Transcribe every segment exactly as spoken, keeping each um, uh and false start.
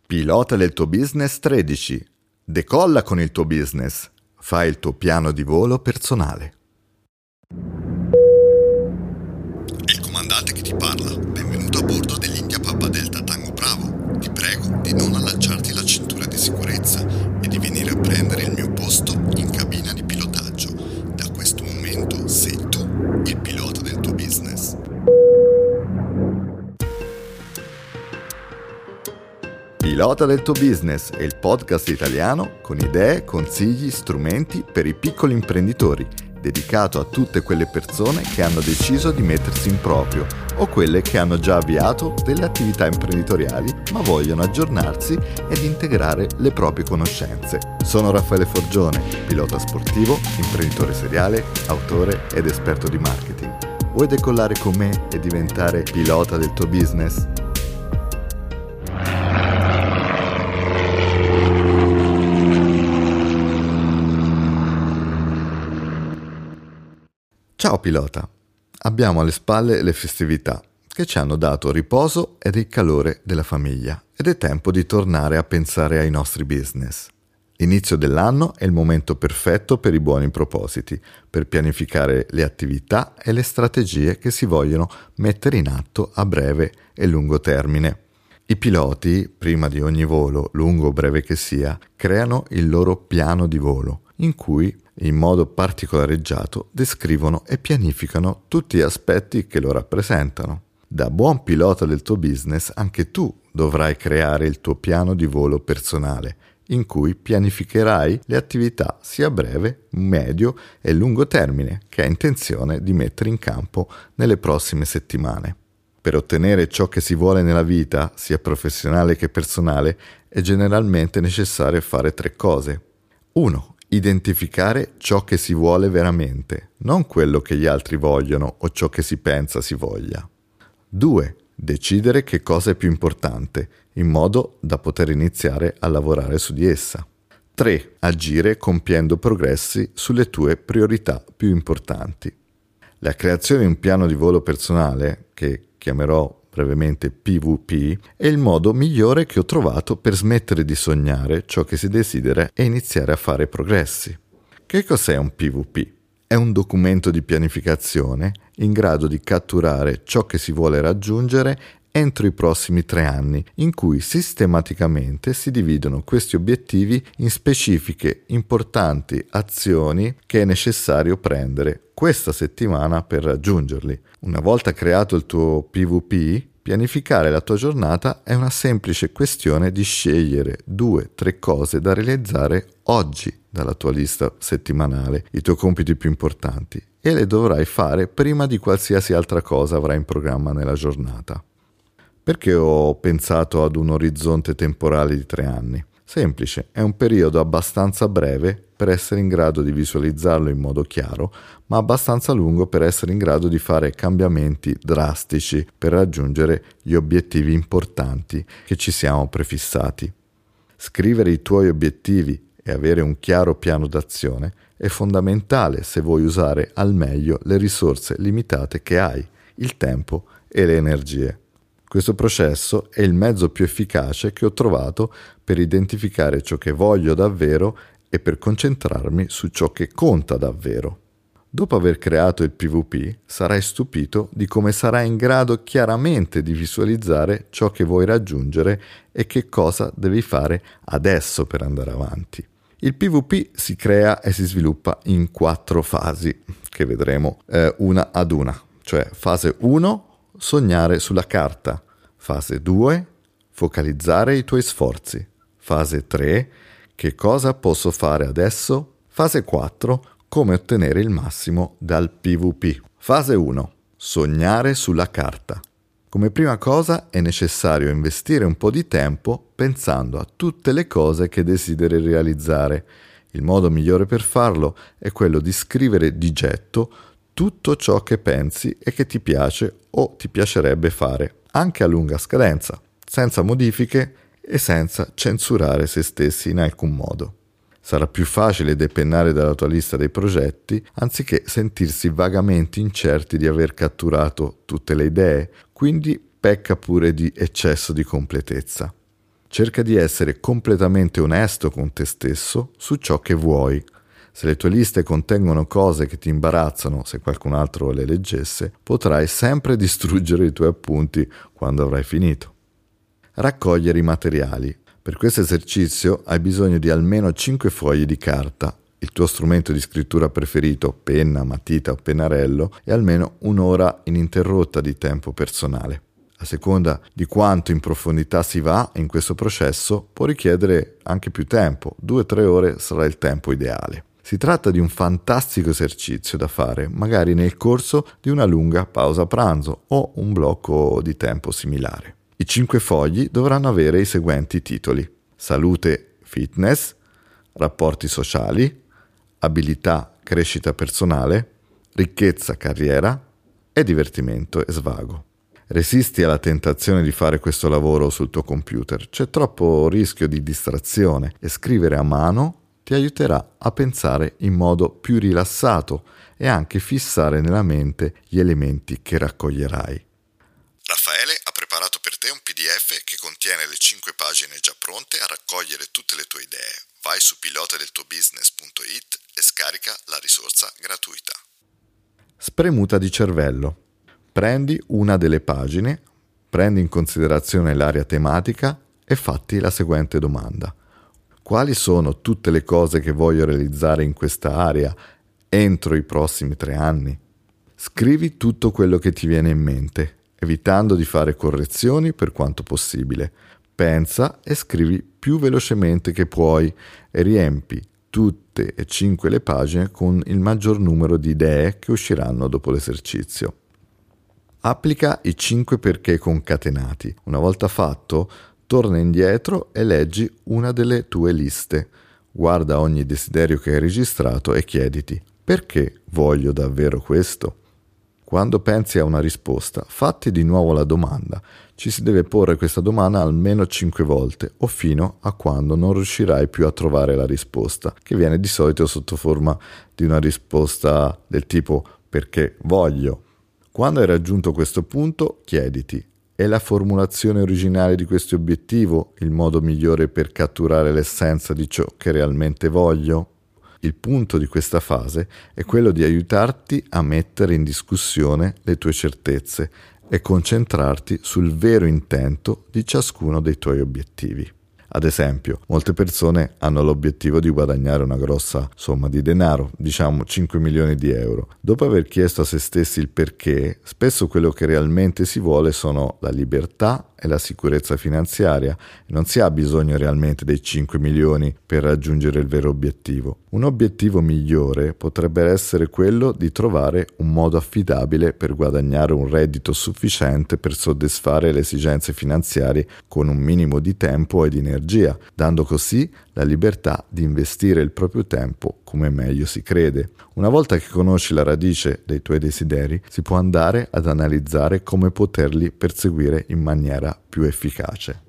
Pilota del tuo business tredici. Decolla con il tuo business. Fai il tuo piano di volo personale. È il comandante che ti parla. Benvenuto a bordo dell'India Papa Delta Tango Bravo. Ti prego di non allacciarti la cintura di sicurezza e di venire a prendere il mio posto in cabina di pilotaggio. Da questo momento sei tu il pilota del tuo business. Pilota del tuo business è il podcast italiano con idee, consigli, strumenti per i piccoli imprenditori, dedicato a tutte quelle persone che hanno deciso di mettersi in proprio o quelle che hanno già avviato delle attività imprenditoriali ma vogliono aggiornarsi ed integrare le proprie conoscenze. Sono Raffaele Forgione, pilota sportivo, imprenditore seriale, autore ed esperto di marketing. Vuoi decollare con me e diventare pilota del tuo business? Ciao pilota, abbiamo alle spalle le festività che ci hanno dato riposo ed il calore della famiglia ed è tempo di tornare a pensare ai nostri business. L'inizio dell'anno è il momento perfetto per i buoni propositi, per pianificare le attività e le strategie che si vogliono mettere in atto a breve e lungo termine. I piloti, prima di ogni volo, lungo o breve che sia, creano il loro piano di volo, in cui in modo particolareggiato descrivono e pianificano tutti gli aspetti che lo rappresentano. Da buon pilota del tuo business anche tu dovrai creare il tuo piano di volo personale, in cui pianificherai le attività sia a breve, medio e lungo termine che hai intenzione di mettere in campo nelle prossime settimane. Per ottenere ciò che si vuole nella vita, sia professionale che personale, è generalmente necessario fare tre cose. uno. Identificare ciò che si vuole veramente, non quello che gli altri vogliono o ciò che si pensa si voglia. due. Decidere che cosa è più importante, in modo da poter iniziare a lavorare su di essa. tre. Agire compiendo progressi sulle tue priorità più importanti. La creazione di un piano di volo personale, che chiamerò brevemente P V P, è il modo migliore che ho trovato per smettere di sognare ciò che si desidera e iniziare a fare progressi. Che cos'è un P V P? È un documento di pianificazione in grado di catturare ciò che si vuole raggiungere entro i prossimi tre anni, in cui sistematicamente si dividono questi obiettivi in specifiche, importanti azioni che è necessario prendere questa settimana per raggiungerli. Una volta creato il tuo P V P, pianificare la tua giornata è una semplice questione di scegliere due, tre cose da realizzare oggi dalla tua lista settimanale, i tuoi compiti più importanti, e le dovrai fare prima di qualsiasi altra cosa avrai in programma nella giornata. Perché ho pensato ad un orizzonte temporale di tre anni? Semplice, è un periodo abbastanza breve per essere in grado di visualizzarlo in modo chiaro, ma abbastanza lungo per essere in grado di fare cambiamenti drastici per raggiungere gli obiettivi importanti che ci siamo prefissati. Scrivere i tuoi obiettivi e avere un chiaro piano d'azione è fondamentale se vuoi usare al meglio le risorse limitate che hai, il tempo e le energie. Questo processo è il mezzo più efficace che ho trovato per identificare ciò che voglio davvero e per concentrarmi su ciò che conta davvero. Dopo aver creato il P V P, sarai stupito di come sarai in grado chiaramente di visualizzare ciò che vuoi raggiungere e che cosa devi fare adesso per andare avanti. Il P V P si crea e si sviluppa in quattro fasi, che vedremo eh, una ad una, cioè fase uno, sognare sulla carta. Fase due, focalizzare i tuoi sforzi. Fase tre, che cosa posso fare adesso? Fase quattro, come ottenere il massimo dal P V P. Fase uno, sognare sulla carta. Come prima cosa è necessario investire un po' di tempo pensando a tutte le cose che desideri realizzare. Il modo migliore per farlo è quello di scrivere di getto tutto ciò che pensi e che ti piace o ti piacerebbe fare, anche a lunga scadenza, senza modifiche e senza censurare se stessi in alcun modo. Sarà più facile depennare dalla tua lista dei progetti anziché sentirsi vagamente incerti di aver catturato tutte le idee, quindi pecca pure di eccesso di completezza. Cerca di essere completamente onesto con te stesso su ciò che vuoi. Se le tue liste contengono cose che ti imbarazzano, se qualcun altro le leggesse, potrai sempre distruggere i tuoi appunti quando avrai finito. Raccogliere i materiali. Per questo esercizio hai bisogno di almeno cinque fogli di carta, il tuo strumento di scrittura preferito, penna, matita o pennarello, e almeno un'ora ininterrotta di tempo personale. A seconda di quanto in profondità si va in questo processo, può richiedere anche più tempo, due o tre ore sarà il tempo ideale. Si tratta di un fantastico esercizio da fare, magari nel corso di una lunga pausa pranzo o un blocco di tempo similare. I cinque fogli dovranno avere i seguenti titoli: salute, fitness, rapporti sociali, abilità, crescita personale, ricchezza, carriera e divertimento e svago. Resisti alla tentazione di fare questo lavoro sul tuo computer, c'è troppo rischio di distrazione e scrivere a mano ti aiuterà a pensare in modo più rilassato e anche fissare nella mente gli elementi che raccoglierai. Raffaele ha preparato per te un P D F che contiene le cinque pagine già pronte a raccogliere tutte le tue idee. Vai su pilota del tuo business punto it e scarica la risorsa gratuita. Spremuta di cervello. Prendi una delle pagine, prendi in considerazione l'area tematica e fatti la seguente domanda. Quali sono tutte le cose che voglio realizzare in questa area entro i prossimi tre anni? Scrivi tutto quello che ti viene in mente, evitando di fare correzioni per quanto possibile. Pensa e scrivi più velocemente che puoi e riempi tutte e cinque le pagine con il maggior numero di idee che usciranno dopo l'esercizio. Applica i cinque perché concatenati. Una volta fatto, torna indietro e leggi una delle tue liste. Guarda ogni desiderio che hai registrato e chiediti: perché voglio davvero questo? Quando pensi a una risposta, fatti di nuovo la domanda. Ci si deve porre questa domanda almeno cinque volte o fino a quando non riuscirai più a trovare la risposta, che viene di solito sotto forma di una risposta del tipo perché voglio. Quando hai raggiunto questo punto, chiediti: è la formulazione originale di questo obiettivo il modo migliore per catturare l'essenza di ciò che realmente voglio? Il punto di questa fase è quello di aiutarti a mettere in discussione le tue certezze e concentrarti sul vero intento di ciascuno dei tuoi obiettivi. Ad esempio, molte persone hanno l'obiettivo di guadagnare una grossa somma di denaro, diciamo cinque milioni di euro. Dopo aver chiesto a se stessi il perché, spesso quello che realmente si vuole sono la libertà e la sicurezza finanziaria e non si ha bisogno realmente dei cinque milioni per raggiungere il vero obiettivo. Un obiettivo migliore potrebbe essere quello di trovare un modo affidabile per guadagnare un reddito sufficiente per soddisfare le esigenze finanziarie con un minimo di tempo e di energia, dando così la libertà di investire il proprio tempo come meglio si crede. Una volta che conosci la radice dei tuoi desideri, si può andare ad analizzare come poterli perseguire in maniera più efficace.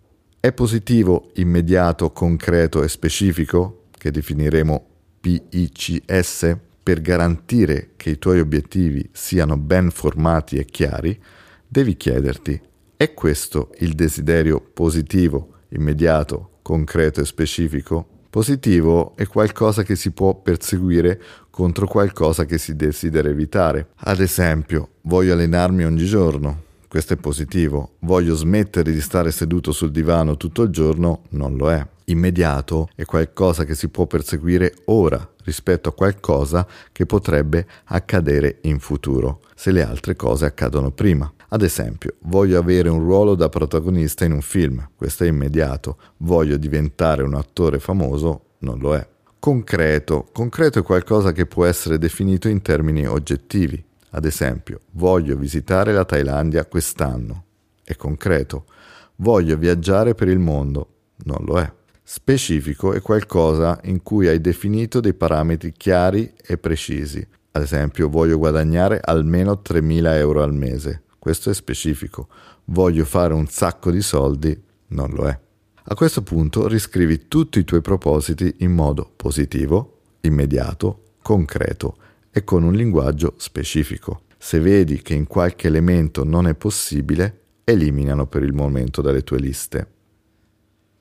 È positivo, immediato, concreto e specifico, che definiremo P I C S, per garantire che i tuoi obiettivi siano ben formati e chiari, devi chiederti: è questo il desiderio positivo, immediato, concreto e specifico? Positivo è qualcosa che si può perseguire contro qualcosa che si desidera evitare. Ad esempio, voglio allenarmi ogni giorno. Questo è positivo. Voglio smettere di stare seduto sul divano tutto il giorno. Non lo è. Immediato è qualcosa che si può perseguire ora rispetto a qualcosa che potrebbe accadere in futuro, se le altre cose accadono prima. Ad esempio, voglio avere un ruolo da protagonista in un film. Questo è immediato. Voglio diventare un attore famoso. Non lo è. Concreto. Concreto è qualcosa che può essere definito in termini oggettivi. Ad esempio, voglio visitare la Thailandia quest'anno. È concreto. Voglio viaggiare per il mondo. Non lo è. Specifico è qualcosa in cui hai definito dei parametri chiari e precisi. Ad esempio, voglio guadagnare almeno tremila euro al mese. Questo è specifico. Voglio fare un sacco di soldi. Non lo è. A questo punto riscrivi tutti i tuoi propositi in modo positivo, immediato, concreto e con un linguaggio specifico. Se vedi che in qualche elemento non è possibile, eliminalo per il momento dalle tue liste.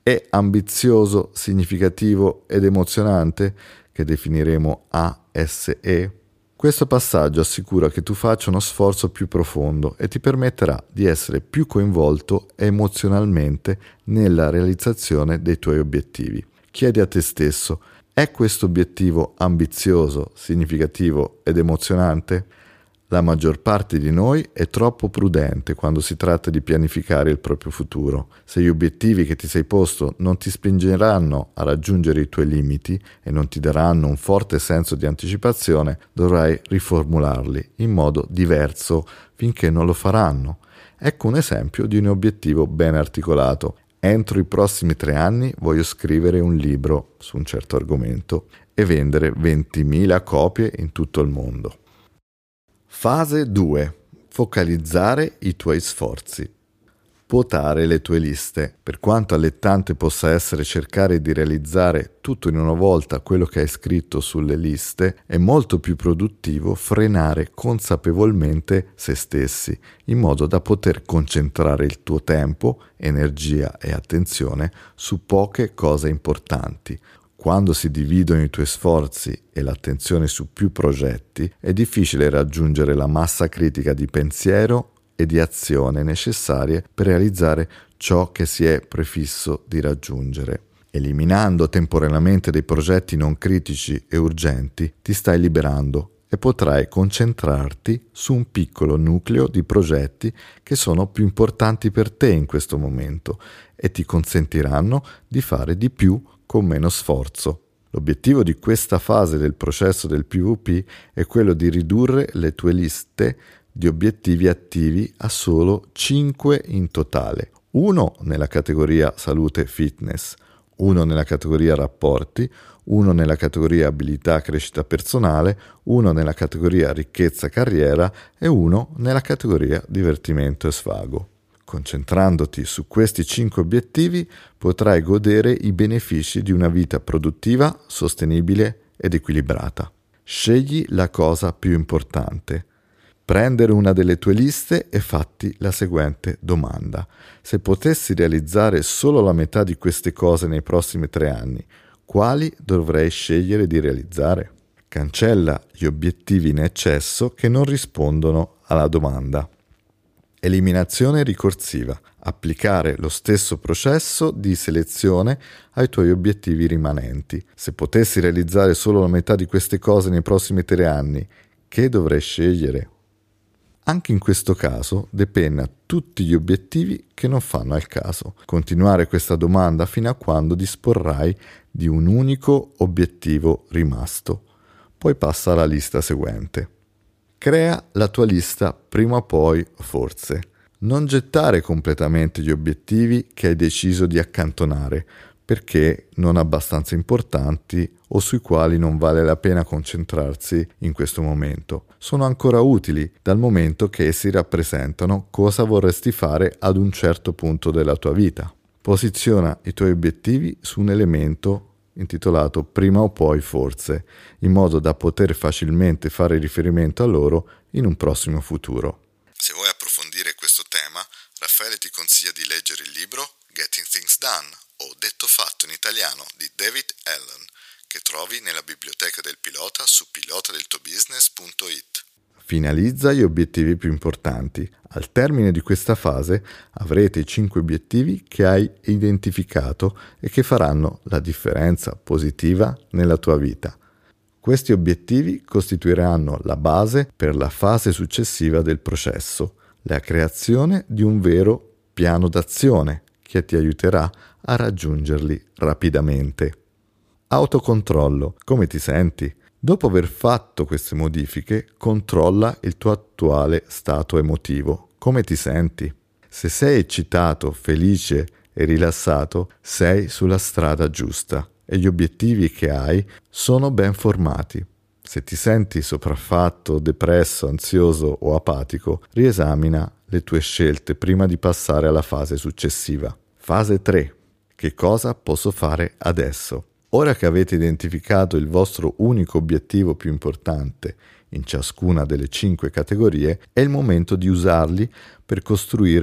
È ambizioso, significativo ed emozionante, che definiremo A S E. Questo passaggio assicura che tu faccia uno sforzo più profondo e ti permetterà di essere più coinvolto emozionalmente nella realizzazione dei tuoi obiettivi. Chiedi a te stesso: è questo obiettivo ambizioso, significativo ed emozionante? La maggior parte di noi è troppo prudente quando si tratta di pianificare il proprio futuro. Se gli obiettivi che ti sei posto non ti spingeranno a raggiungere i tuoi limiti e non ti daranno un forte senso di anticipazione, dovrai riformularli in modo diverso finché non lo faranno. Ecco un esempio di un obiettivo ben articolato. Entro i prossimi tre anni voglio scrivere un libro su un certo argomento e vendere ventimila copie in tutto il mondo. Fase due. Focalizzare i tuoi sforzi. Vuotare le tue liste. Per quanto allettante possa essere cercare di realizzare tutto in una volta quello che hai scritto sulle liste, è molto più produttivo frenare consapevolmente se stessi, in modo da poter concentrare il tuo tempo, energia e attenzione su poche cose importanti. Quando si dividono i tuoi sforzi e l'attenzione su più progetti, è difficile raggiungere la massa critica di pensiero e di azione necessarie per realizzare ciò che si è prefisso di raggiungere. Eliminando temporaneamente dei progetti non critici e urgenti, ti stai liberando e potrai concentrarti su un piccolo nucleo di progetti che sono più importanti per te in questo momento e ti consentiranno di fare di più con meno sforzo. L'obiettivo di questa fase del processo del P V P è quello di ridurre le tue liste di obiettivi attivi a solo cinque in totale. Uno nella categoria salute e fitness, uno nella categoria rapporti, uno nella categoria abilità crescita personale, uno nella categoria ricchezza carriera e uno nella categoria divertimento e svago. Concentrandoti su questi cinque obiettivi potrai godere i benefici di una vita produttiva, sostenibile ed equilibrata. Scegli la cosa più importante. Prendere una delle tue liste e fatti la seguente domanda. Se potessi realizzare solo la metà di queste cose nei prossimi tre anni, quali dovrei scegliere di realizzare? Cancella gli obiettivi in eccesso che non rispondono alla domanda. Eliminazione ricorsiva. Applicare lo stesso processo di selezione ai tuoi obiettivi rimanenti. Se potessi realizzare solo la metà di queste cose nei prossimi tre anni, che dovrei scegliere? Anche in questo caso depenna tutti gli obiettivi che non fanno al caso. Continuare questa domanda fino a quando disporrai di un unico obiettivo rimasto. Poi passa alla lista seguente. Crea la tua lista prima o poi, forse. Non gettare completamente gli obiettivi che hai deciso di accantonare, perché non abbastanza importanti o sui quali non vale la pena concentrarsi in questo momento. Sono ancora utili dal momento che essi rappresentano cosa vorresti fare ad un certo punto della tua vita. Posiziona i tuoi obiettivi su un elemento intitolato prima o poi forse, in modo da poter facilmente fare riferimento a loro in un prossimo futuro. Se vuoi approfondire questo tema, Raffaele ti consiglia di leggere il libro Getting Things Done, o Detto Fatto in italiano, di David Allen, che trovi nella biblioteca del pilota su pilota del tuo business punto it. Finalizza gli obiettivi più importanti. Al termine di questa fase avrete i cinque obiettivi che hai identificato e che faranno la differenza positiva nella tua vita. Questi obiettivi costituiranno la base per la fase successiva del processo, la creazione di un vero piano d'azione che ti aiuterà a raggiungerli rapidamente. Autocontrollo. Come ti senti? Dopo aver fatto queste modifiche, controlla il tuo attuale stato emotivo. Come ti senti? Se sei eccitato, felice e rilassato, sei sulla strada giusta e gli obiettivi che hai sono ben formati. Se ti senti sopraffatto, depresso, ansioso o apatico, riesamina le tue scelte prima di passare alla fase successiva. Fase tre. Che cosa posso fare adesso? Ora che avete identificato il vostro unico obiettivo più importante in ciascuna delle cinque categorie, è il momento di usarli per costruire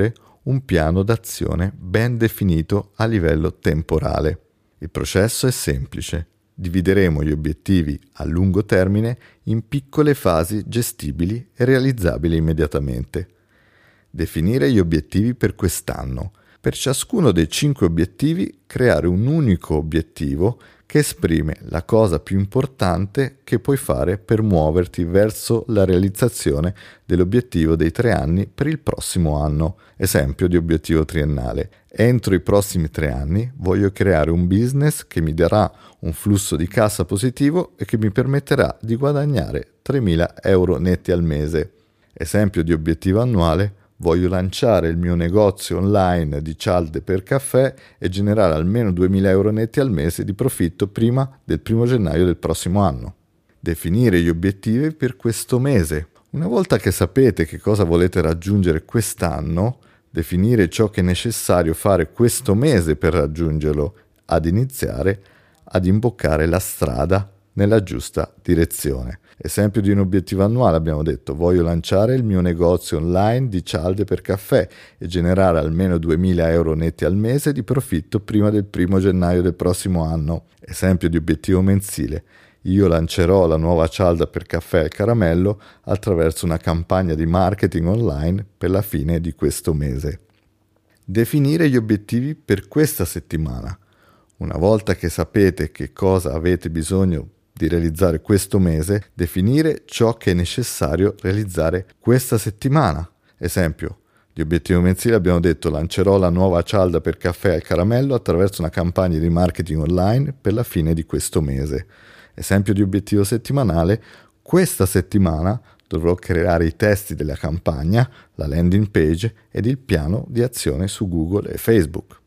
un piano d'azione ben definito a livello temporale. Il processo è semplice. Divideremo gli obiettivi a lungo termine in piccole fasi gestibili e realizzabili immediatamente. Definire gli obiettivi per quest'anno. Per ciascuno dei cinque obiettivi creare un unico obiettivo che esprime la cosa più importante che puoi fare per muoverti verso la realizzazione dell'obiettivo dei tre anni per il prossimo anno. Esempio di obiettivo triennale. Entro i prossimi tre anni voglio creare un business che mi darà un flusso di cassa positivo e che mi permetterà di guadagnare tremila euro netti al mese. Esempio di obiettivo annuale. Voglio lanciare il mio negozio online di cialde per caffè e generare almeno duemila euro netti al mese di profitto prima del primo gennaio del prossimo anno. Definire gli obiettivi per questo mese. Una volta che sapete che cosa volete raggiungere quest'anno, definire ciò che è necessario fare questo mese per raggiungerlo, ad iniziare ad imboccare la strada nella giusta direzione. Esempio di un obiettivo annuale abbiamo detto: voglio lanciare il mio negozio online di cialde per caffè e generare almeno duemila euro netti al mese di profitto prima del primo gennaio del prossimo anno. Esempio di obiettivo mensile: io lancerò la nuova cialda per caffè al caramello attraverso una campagna di marketing online per la fine di questo mese. Definire gli obiettivi per questa settimana. Una volta che sapete che cosa avete bisogno di realizzare questo mese, definire ciò che è necessario realizzare questa settimana. Esempio, di obiettivo mensile abbiamo detto: lancerò la nuova cialda per caffè al caramello attraverso una campagna di marketing online per la fine di questo mese. Esempio di obiettivo settimanale: questa settimana dovrò creare i testi della campagna, la landing page ed il piano di azione su Google e Facebook.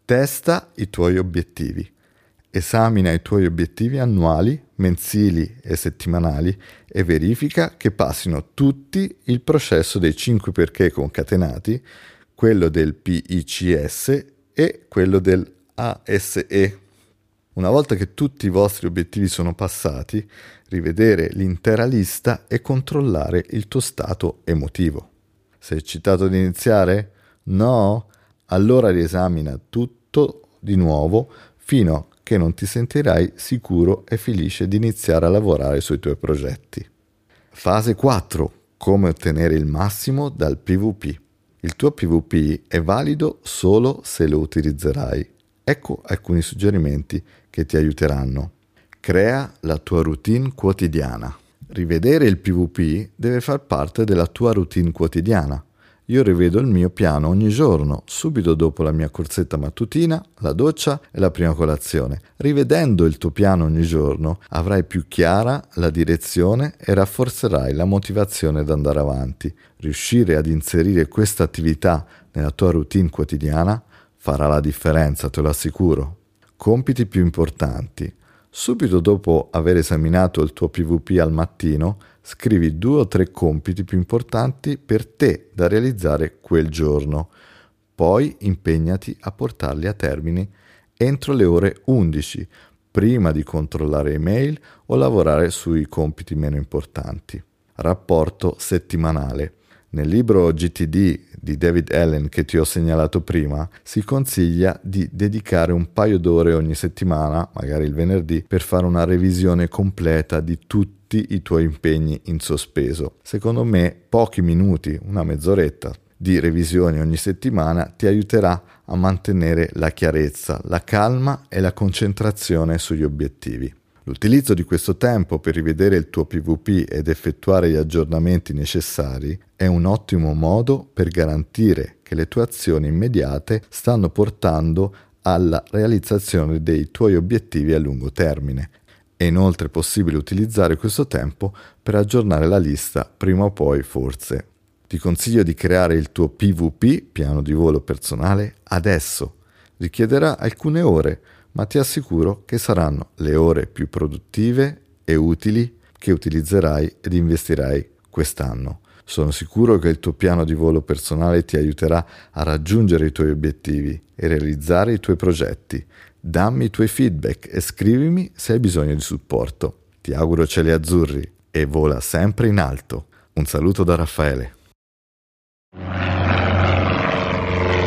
Testa i tuoi obiettivi. Esamina i tuoi obiettivi annuali, mensili e settimanali e verifica che passino tutti il processo dei cinque perché concatenati, quello del P I C S e quello del A S E. Una volta che tutti i vostri obiettivi sono passati, rivedere l'intera lista e controllare il tuo stato emotivo. Sei eccitato ad iniziare? No? Allora riesamina tutto di nuovo fino a che non ti sentirai sicuro e felice di iniziare a lavorare sui tuoi progetti. Fase quattro. Come ottenere il massimo dal P V P. Il tuo P V P è valido solo se lo utilizzerai. Ecco alcuni suggerimenti che ti aiuteranno. Crea la tua routine quotidiana. Rivedere il P V P deve far parte della tua routine quotidiana. Io rivedo il mio piano ogni giorno, subito dopo la mia corsetta mattutina, la doccia e la prima colazione. Rivedendo il tuo piano ogni giorno, avrai più chiara la direzione e rafforzerai la motivazione ad andare avanti. Riuscire ad inserire questa attività nella tua routine quotidiana farà la differenza, te lo assicuro. Compiti più importanti. Subito dopo aver esaminato il tuo P V P al mattino, scrivi due o tre compiti più importanti per te da realizzare quel giorno. Poi impegnati a portarli a termine entro le ore undici, prima di controllare email o lavorare sui compiti meno importanti. Rapporto settimanale. Nel libro G T D di David Allen che ti ho segnalato prima, si consiglia di dedicare un paio d'ore ogni settimana, magari il venerdì, per fare una revisione completa di tutti i tuoi impegni in sospeso. Secondo me, pochi minuti, una mezz'oretta di revisione ogni settimana ti aiuterà a mantenere la chiarezza, la calma e la concentrazione sugli obiettivi. L'utilizzo di questo tempo per rivedere il tuo P V P ed effettuare gli aggiornamenti necessari è un ottimo modo per garantire che le tue azioni immediate stanno portando alla realizzazione dei tuoi obiettivi a lungo termine. È inoltre possibile utilizzare questo tempo per aggiornare la lista prima o poi forse. Ti consiglio di creare il tuo P V P, piano di volo personale, adesso. Richiederà alcune ore, ma ti assicuro che saranno le ore più produttive e utili che utilizzerai ed investirai quest'anno. Sono sicuro che il tuo piano di volo personale ti aiuterà a raggiungere i tuoi obiettivi e realizzare i tuoi progetti. Dammi i tuoi feedback e scrivimi se hai bisogno di supporto. Ti auguro cieli azzurri e vola sempre in alto. Un saluto da Raffaele.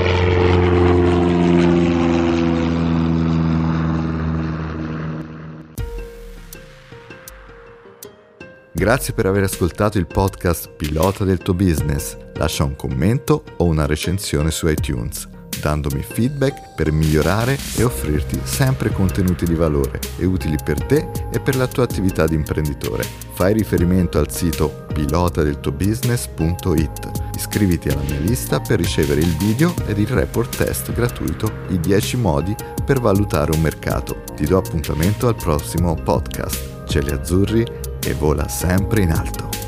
Grazie per aver ascoltato il podcast Pilota del tuo business. Lascia un commento o una recensione su iTunes, dandomi feedback per migliorare e offrirti sempre contenuti di valore e utili per te e per la tua attività di imprenditore. Fai riferimento al sito pilota del tuo business punto it. Iscriviti alla mia lista per ricevere il video ed il report test gratuito I dieci modi per valutare un mercato. Ti do appuntamento al prossimo podcast. Cieli azzurri e vola sempre in alto.